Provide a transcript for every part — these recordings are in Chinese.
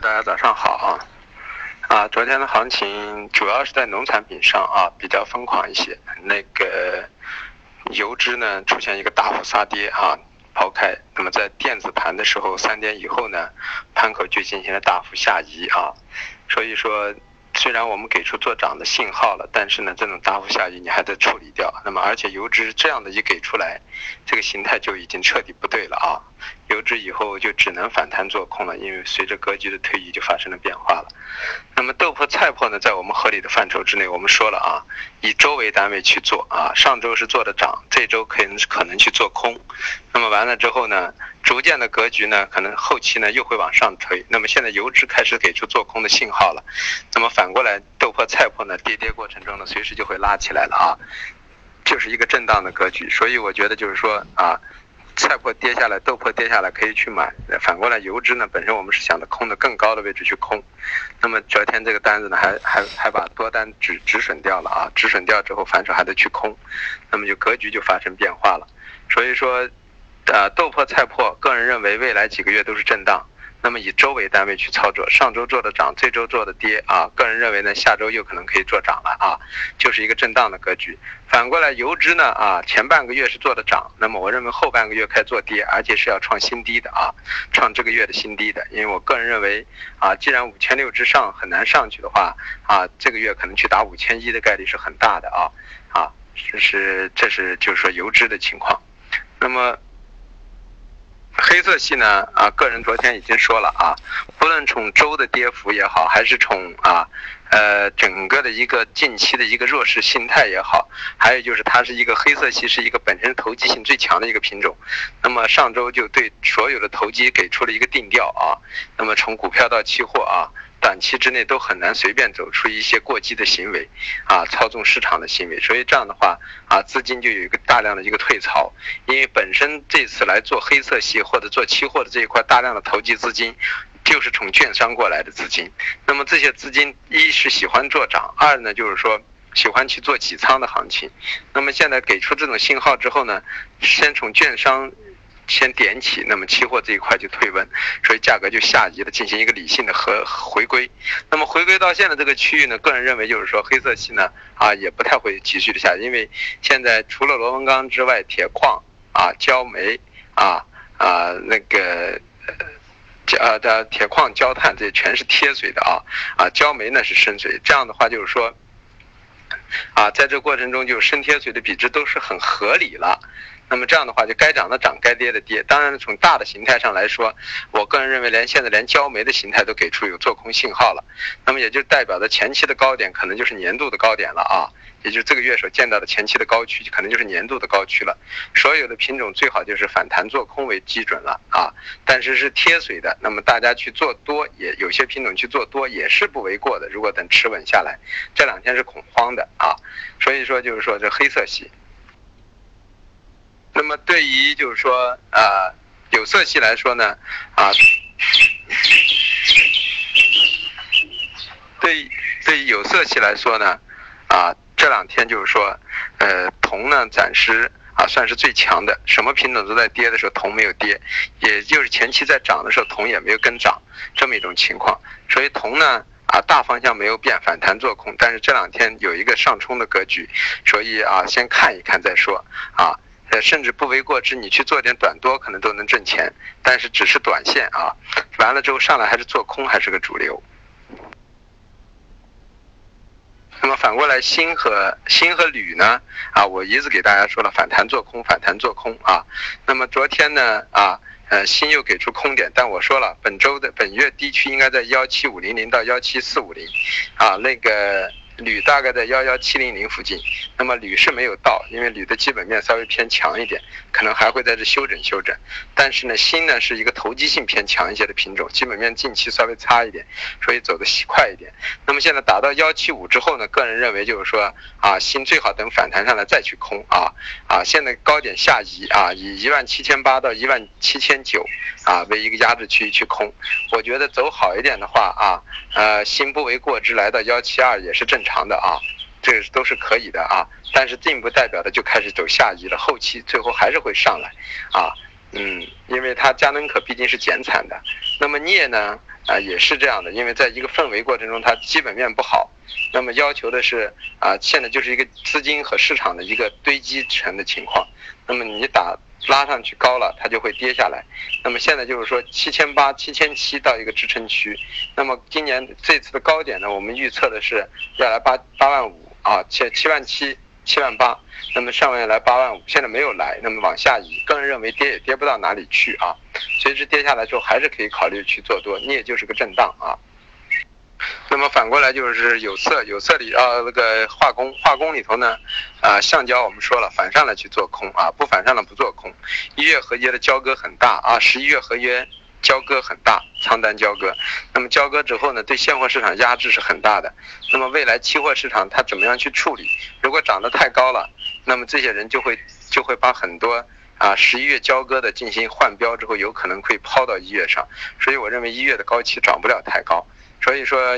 大家早上好昨天的行情主要是在农产品上比较疯狂一些，那个油脂呢出现一个大幅杀跌抛开，那么在电子盘的时候3点以后呢，盘口就进行了大幅下移所以说虽然我们给出做涨的信号了，但是呢这种大幅下移你还得处理掉，那么而且油脂这样的一给出来，这个形态就已经彻底不对了油脂以后就只能反弹做空了，因为随着格局的推移就发生了变化了。那么豆粕菜粕呢，在我们合理的范畴之内，我们说了以周为单位去做上周是做的涨，这周可能去做空，那么完了之后呢，逐渐的格局呢可能后期呢又会往上推，那么现在油脂开始给出做空的信号了，那么反过来豆粕菜粕呢跌过程中呢随时就会拉起来了就是一个震荡的格局。所以我觉得就是说菜粕跌下来，豆粕跌下来可以去买，反过来油脂呢本身我们是想的空的更高的位置去空，那么昨天这个单子呢还把多单止损掉了止损掉之后反手还得去空，那么就格局就发生变化了。所以说豆粕菜粕个人认为未来几个月都是震荡，那么以周为单位去操作，上周做的涨，这周做的跌个人认为呢下周又可能可以做涨了就是一个震荡的格局。反过来油脂呢前半个月是做的涨，那么我认为后半个月开始做跌，而且是要创新低的创这个月的新低的，因为我个人认为既然5600之上很难上去的话这个月可能去打5100的概率是很大的这是就是说油脂的情况。那么黑色系呢个人昨天已经说了不论从周的跌幅也好，还是从整个的一个近期的一个弱势心态也好，还有就是它是一个黑色系，是一个本身投机性最强的一个品种，那么上周就对所有的投机给出了一个定调那么从股票到期货短期之内都很难随便走出一些过激的行为操纵市场的行为，所以这样的话资金就有一个大量的一个退潮，因为本身这次来做黑色系或者做期货的这一块大量的投机资金就是从券商过来的资金，那么这些资金一是喜欢做涨，二呢就是说喜欢去做挤仓的行情，那么现在给出这种信号之后呢，先从券商先点起，那么期货这一块就退温，所以价格就下移了，进行一个理性的回归。那么回归到现在这个区域呢，个人认为就是说黑色系呢也不太会继续的下，因为现在除了螺纹钢之外，铁矿焦煤那个铁矿焦炭这全是贴水的焦煤呢是深水，这样的话就是说在这个过程中就深贴水的比值都是很合理了，那么这样的话就该涨的涨，该跌的跌。当然从大的形态上来说，我个人认为现在连焦煤的形态都给出有做空信号了，那么也就代表着前期的高点可能就是年度的高点了也就是这个月所见到的前期的高区可能就是年度的高区了。所有的品种最好就是反弹做空为基准了但是是贴水的，那么大家去做多，也有些品种去做多也是不为过的，如果等持稳下来，这2天是恐慌的所以说就是说这黑色系。那么对于就是说有色系来说呢对于有色系来说呢这2天就是说铜呢暂时算是最强的，什么品种都在跌的时候铜没有跌，也就是前期在涨的时候铜也没有跟涨，这么一种情况。所以铜呢大方向没有变，反弹做空，但是这2天有一个上冲的格局，所以先看一看再说甚至不为过之，你去做点短多可能都能挣钱，但是只是短线完了之后上来还是做空还是个主流。那么反过来锌和铝呢我一直给大家说了反弹做空反弹做空那么昨天呢锌又给出空点，但我说了本月低区应该在17500到17450那个铝大概在11700附近，那么铝是没有到，因为铝的基本面稍微偏强一点，可能还会在这修整，但是呢锌呢是一个投机性偏强一些的品种，基本面近期稍微差一点，所以走得快一点。那么现在打到175之后呢，个人认为就是说锌最好等反弹上来再去空现在高点下移以17800到17900为一个压制区域去空，我觉得走好一点的话锌不为过之，来到172也是正常的这个都是可以的但是并不代表的就开始走下移了，后期最后还是会上来因为它佳能可毕竟是减产的，那么镍呢也是这样的，因为在一个氛围过程中它基本面不好，那么要求的是现在就是一个资金和市场的一个堆积成的情况，那么你拉上去高了，它就会跌下来。那么现在就是说7800、7700到一个支撑区。那么今年这次的高点呢，我们预测的是要来85000啊，77000、78000。那么上面来85000，现在没有来，那么往下移，个人认为跌也跌不到哪里去啊。随之跌下来之后，还是可以考虑去做多，镍就是个震荡啊。那么反过来就是有色里那个化工里头呢，橡胶我们说了反上来去做空啊，不反上了不做空。1月合约的交割很大啊，11月合约交割很大，仓单交割。那么交割之后呢，对现货市场压制是很大的。那么未来期货市场它怎么样去处理？如果涨得太高了，那么这些人就会把很多11月交割的进行换标之后，有可能会抛到1月上。所以我认为1月的高期涨不了太高。所以说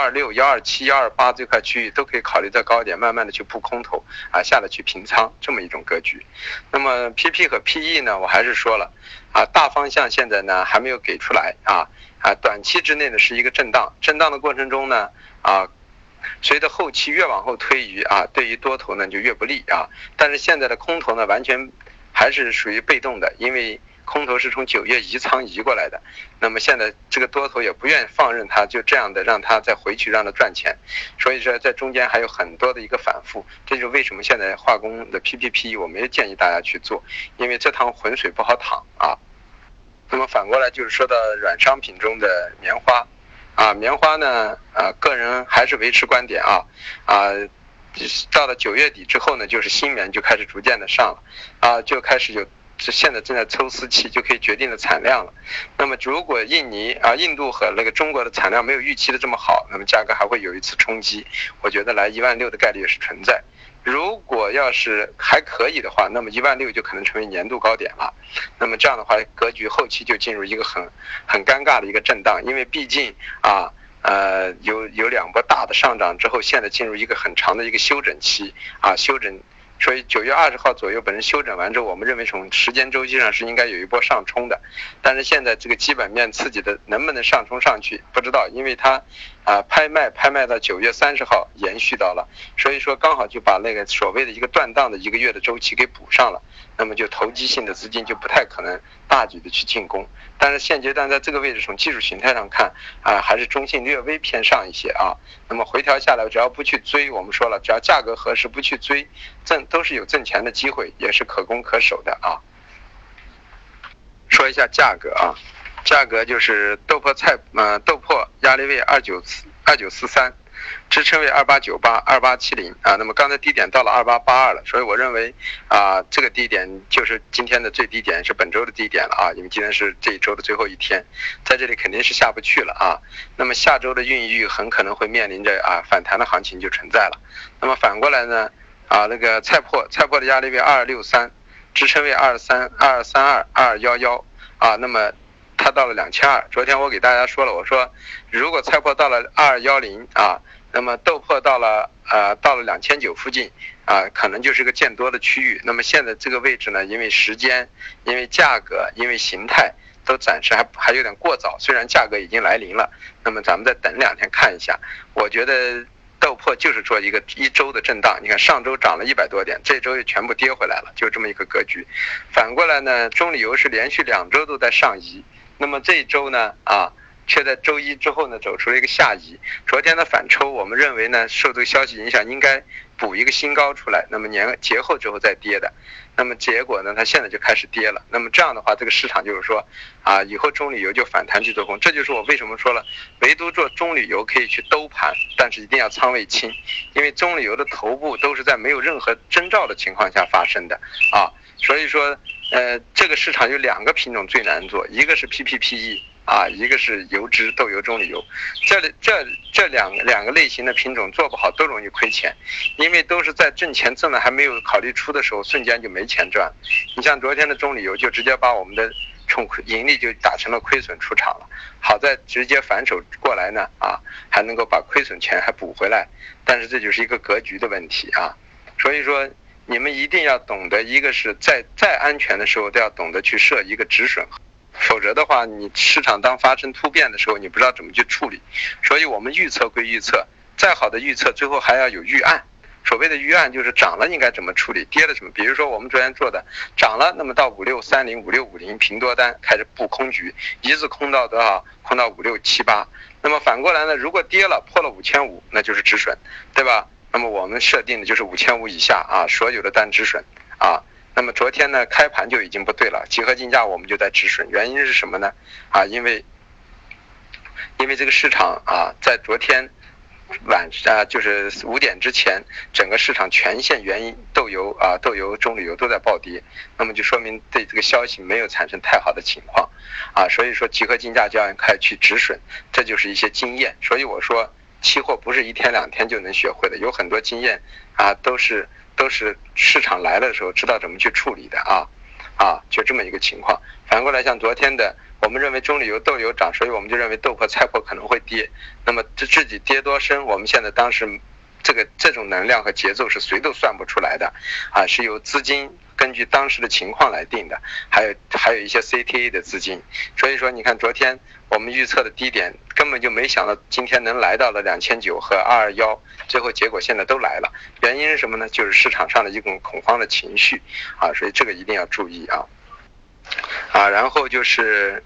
126、127、128这块区域都可以考虑在高点慢慢的去布空头下来去平仓这么一种格局。那么 PP 和 PE 呢，我还是说了大方向现在呢还没有给出来短期之内呢是一个震荡的过程中呢随着后期越往后推移对于多头呢就越不利但是现在的空头呢完全还是属于被动的，因为空头是从9月移仓移过来的，那么现在这个多头也不愿意放任它就这样的让它再回去让它赚钱，所以说在中间还有很多的一个反复，这就是为什么现在化工的 PPP 我没有建议大家去做，因为这趟浑水不好淌那么反过来就是说到软商品中的棉花棉花呢个人还是维持观点到了9月底之后呢，就是新棉就开始逐渐的上了就开始现在正在抽丝期，就可以决定了产量了。那么如果印度和那个中国的产量没有预期的这么好，那么价格还会有一次冲击，我觉得来16000的概率也是存在。如果要是还可以的话，那么16000就可能成为年度高点了。那么这样的话，格局后期就进入一个很尴尬的一个震荡，因为毕竟有两波大的上涨之后，现在进入一个很长的一个休整期休整。所以9月20号左右本身休整完之后，我们认为从时间周期上是应该有一波上冲的，但是现在这个基本面刺激的能不能上冲上去不知道，因为它拍卖到9月30号延续到了，所以说刚好就把那个所谓的一个断档的1个月的周期给补上了，那么就投机性的资金就不太可能大举的去进攻，但是现阶段在这个位置从技术形态上看还是中性略微偏上一些那么回调下来只要不去追，我们说了只要价格合适不去追都是有挣钱的机会，也是可攻可守的说一下价格价格就是豆粕压力位2943，支撑位2898、2870那么刚才低点到了2882了，所以我认为这个低点就是今天的最低点，是本周的低点了因为今天是这一周的最后一天，在这里肯定是下不去了那么下周的孕育很可能会面临着反弹的行情就存在了。那么反过来呢那个菜粕的压力位2263，支撑位23、232、211那么它到了2200。昨天我给大家说了，我说如果菜粕到了2210那么豆粕到了2900附近可能就是个见多的区域。那么现在这个位置呢，因为时间、因为价格、因为形态都暂时还有点过早，虽然价格已经来临了，那么咱们再等2天看一下。我觉得豆粕就是做一周的震荡，你看上周涨了100多点，这周又全部跌回来了，就这么一个格局。反过来呢，中铝油是连续2周都在上移，那么这一周呢却在周一之后呢走出了一个下移。昨天的反抽我们认为呢受这个消息影响应该补一个新高出来，那么节后之后再跌的，那么结果呢它现在就开始跌了，那么这样的话这个市场就是说以后中铝油就反弹去做空，这就是我为什么说了唯独做中铝油可以去兜盘，但是一定要仓位轻，因为中铝油的头部都是在没有任何征兆的情况下发生的所以说这个市场有2个品种最难做，一个是 PPPE一个是油脂豆油中铝油，这两个类型的品种做不好都容易亏钱，因为都是在挣钱挣的还没有考虑出的时候瞬间就没钱赚。你像昨天的中铝油就直接把我们的盈利就打成了亏损出场了，好在直接反手过来呢还能够把亏损钱还补回来，但是这就是一个格局的问题所以说你们一定要懂得，一个是再安全的时候都要懂得去设一个止损，否则的话，你市场当发生突变的时候，你不知道怎么去处理。所以我们预测归预测，再好的预测，最后还要有预案。所谓的预案就是涨了应该怎么处理，跌了什么。比如说我们昨天做的涨了，那么到5630、5650平多单开始布空局，一直空到多少？空到5678。那么反过来呢，如果跌了破了5500，那就是止损，对吧？那么我们设定的就是5500以下啊，所有的单止损啊。那么昨天呢，开盘就已经不对了，集合竞价我们就在止损，原因是什么呢？啊，因为这个市场啊，在昨天就是5点之前，整个市场全线原因豆油、中旅游都在暴跌，那么就说明对这个消息没有产生太好的情况啊，所以说集合竞价就要开始去止损，这就是一些经验。所以我说期货不是1天2天就能学会的，有很多经验啊，都是市场来了的时候知道怎么去处理的啊，就这么一个情况。反过来像昨天的，我们认为中旅游豆油涨，所以我们就认为豆粕菜粕可能会跌，那么自己跌多深，我们现在当时这种能量和节奏是谁都算不出来的啊，是由资金根据当时的情况来定的，还有一些 CTA 的资金。所以说你看昨天我们预测的低点根本就没想到今天能来到了2900和221，最后结果现在都来了，原因是什么呢？就是市场上的一种恐慌的情绪啊，所以这个一定要注意啊，然后就是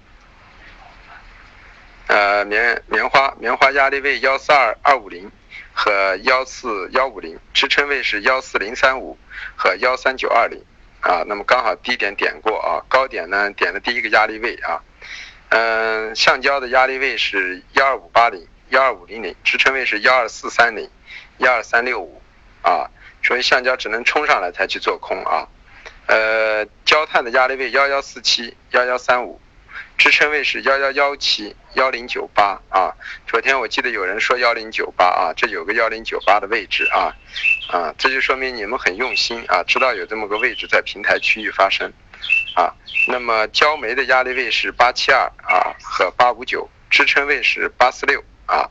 棉花压力位14250和14150，支撑位是14035和13920啊，那么刚好低点点过啊，高点呢点了第一个压力位啊。橡胶的压力位是12580、12500，支撑位是12430、12365啊，所以橡胶只能冲上来才去做空啊。焦炭的压力位1147、1135，支撑位是1117、1098啊。昨天我记得有人说1098啊，这有个1098的位置啊，这就说明你们很用心啊，知道有这么个位置在平台区域发生啊。那么焦煤的压力位是872啊和859，支撑位是846啊。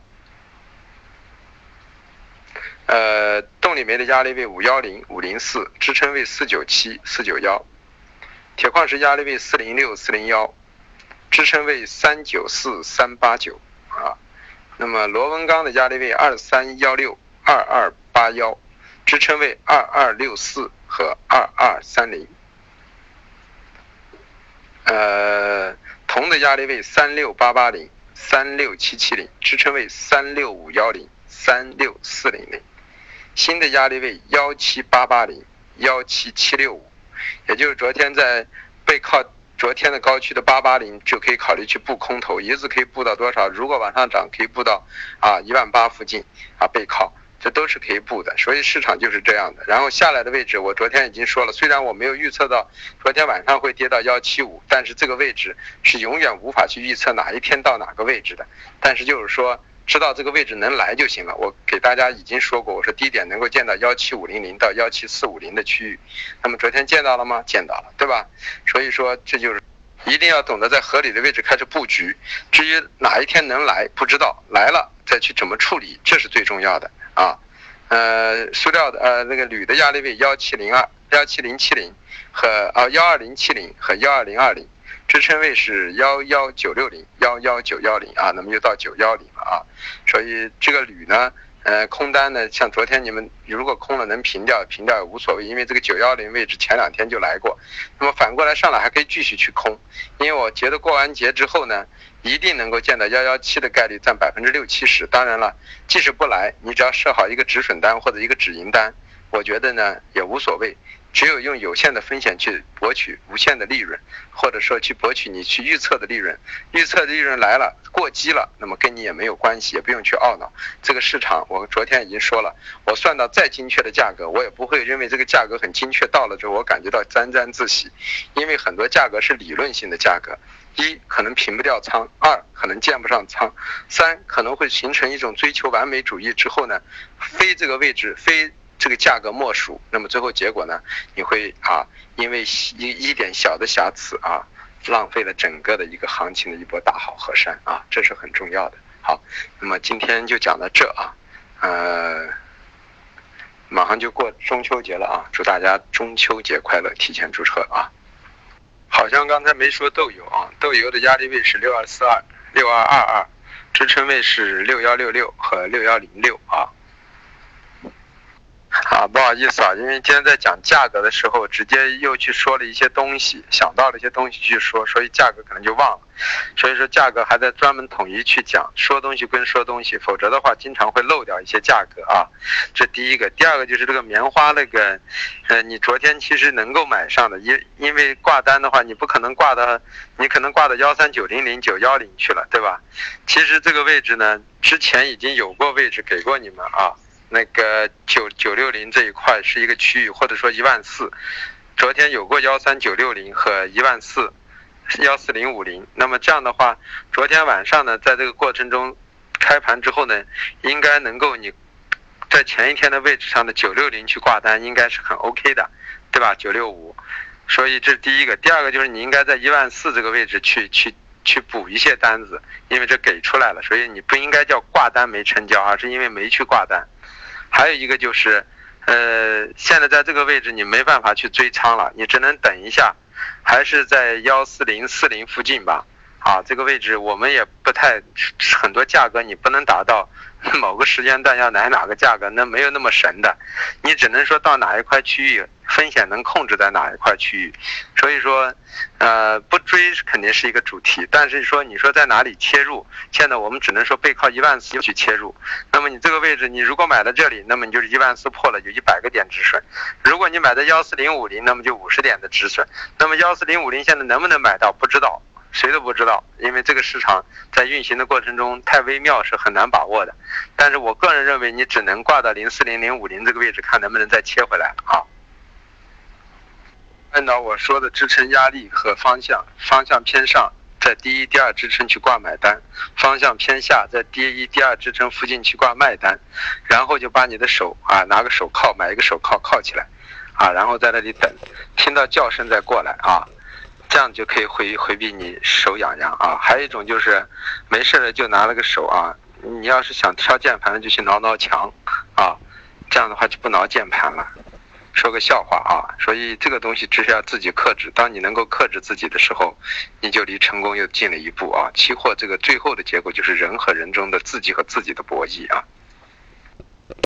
动力煤的压力位510、504，支撑位497、491。铁矿石压力位406、401，支撑位394、389啊。那么螺纹钢的压力位2316、2281，支撑位2264和2230。铜的压力位36880、36770，支撑位36510、36400。锌的压力位17880、17765，也就是昨天在背靠昨天的高区的880，就可以考虑去布空头，一直可以布到多少？如果往上涨，可以布到18000附近啊，背靠，这都是可以布的。所以市场就是这样的。然后下来的位置，我昨天已经说了，虽然我没有预测到昨天晚上会跌到175，但是这个位置是永远无法去预测哪一天到哪个位置的。但是就是说，知道这个位置能来就行了。我给大家已经说过，我说低点能够见到17500到17450的区域，那么昨天见到了吗？见到了，对吧？所以说这就是一定要懂得在合理的位置开始布局。至于哪一天能来，不知道，来了再去怎么处理，这是最重要的啊。塑料的那个铝的压力位17070和12070和12020。支撑位是11960、11910啊，那么又到910了啊，所以这个铝呢，空单呢，像昨天你们如果空了能平掉也无所谓，因为这个910位置前2天就来过，那么反过来上来还可以继续去空，因为我觉得过完节之后呢，一定能够见到117的概率占60%-70%，当然了，即使不来，你只要设好一个止损单或者一个止盈单，我觉得呢也无所谓。只有用有限的风险去博取无限的利润，或者说去博取你去预测的利润，预测的利润来了过激了，那么跟你也没有关系，也不用去懊恼。这个市场我昨天已经说了，我算到再精确的价格，我也不会认为这个价格很精确到了之后我感觉到沾沾自喜，因为很多价格是理论性的价格，一可能平不掉仓，二可能建不上仓，三可能会形成一种追求完美主义之后呢，非这个位置非这个价格莫属，那么最后结果呢，你会因为一点小的瑕疵浪费了整个的一个行情的一波大好河山这是很重要的。好，那么今天就讲到这马上就过中秋节了啊，祝大家中秋节快乐，提前祝贺啊。好像刚才没说豆油啊，豆油的压力位是6242、6222，支撑位是6166和6106啊。不好意思啊，因为今天在讲价格的时候，直接又去说了一些东西，想到了一些东西去说，所以价格可能就忘了。所以说价格还在专门统一去讲，说东西归说东西，否则的话经常会漏掉一些价格啊。这第一个，第二个就是这个棉花那个，你昨天其实能够买上的，因为挂单的话，你不可能挂到，你可能挂到13900、910去了，对吧？其实这个位置呢，之前已经有过位置给过你们啊。那个960这一块是一个区域，或者说14000，昨天有过13960和14050，那么这样的话，昨天晚上呢，在这个过程中开盘之后呢，应该能够你在前一天的位置上的960去挂单，应该是很 OK 的，对吧？965，所以这是第一个。第二个就是你应该在14000这个位置去补一些单子，因为这给出来了，所以你不应该叫挂单没成交，而是因为没去挂单。还有一个就是，现在在这个位置你没办法去追仓了，你只能等一下，还是在14040附近吧。这个位置我们也不太，很多价格你不能达到某个时间段要哪个价格，那没有那么神的，你只能说到哪一块区域风险能控制在哪一块区域，所以说不追肯定是一个主题，但是说你说在哪里切入，现在我们只能说背靠14000去切入。那么你这个位置你如果买到这里，那么你就是14000破了，有100个点止损。如果你买在14050，那么就50点的止损。那么14050现在能不能买到不知道，谁都不知道，因为这个市场在运行的过程中太微妙，是很难把握的。但是我个人认为你只能挂到040、050这个位置，看能不能再切回来啊。按照我说的支撑压力和方向偏上，在第一、第二支撑去挂买单；方向偏下，在第一、第二支撑附近去挂卖单。然后就把你的手拿个手铐，买一个手铐铐起来然后在那里等，听到叫声再过来这样就可以回避你手痒痒还有一种就是没事了就拿了个手你要是想挑键盘就去挠墙这样的话就不挠键盘了。说个笑话所以这个东西只是要自己克制，当你能够克制自己的时候，你就离成功又近了一步期货这个最后的结果就是人和人中的自己和自己的博弈